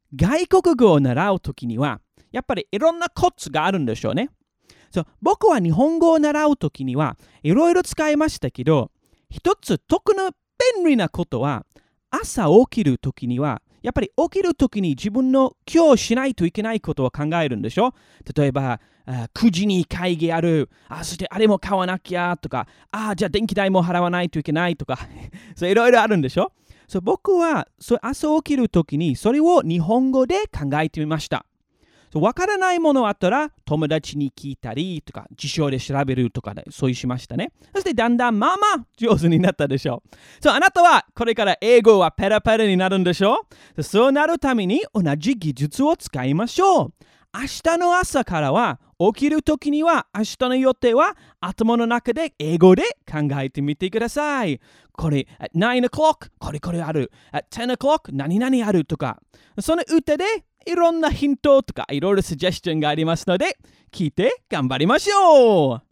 外国語を習うときには、やっぱりいろんなコツがあるんでしょうね。僕は日本語を習うときにはいろいろ使いましたけど、一つ特に便利なことは、朝起きるときには、やっぱり起きるときに自分の今日しないといけないことを考えるんでしょ。例えば、9時に会議ある、そしてあれも買わなきゃとか、じゃあ電気代も払わないといけないとか、いろいろあるんでしょ。僕は朝起きるときにそれを日本語で考えてみました。わからないものあったら友達に聞いたりとか辞書で調べるとかでそうしましたね。そしてだんだんまあ上手になったでしょう。あなたはこれから英語はペラペラになるんでしょう。そうなるために同じ技術を使いましょう。明日の朝からは起きるときには明日の予定は頭の中で英語で考えてみてください。これ9 o'clock これある。10 o'clock 何々あるとか。その歌でいろんなヒントとかいろいろサジェスチョンがありますので聞いて頑張りましょう。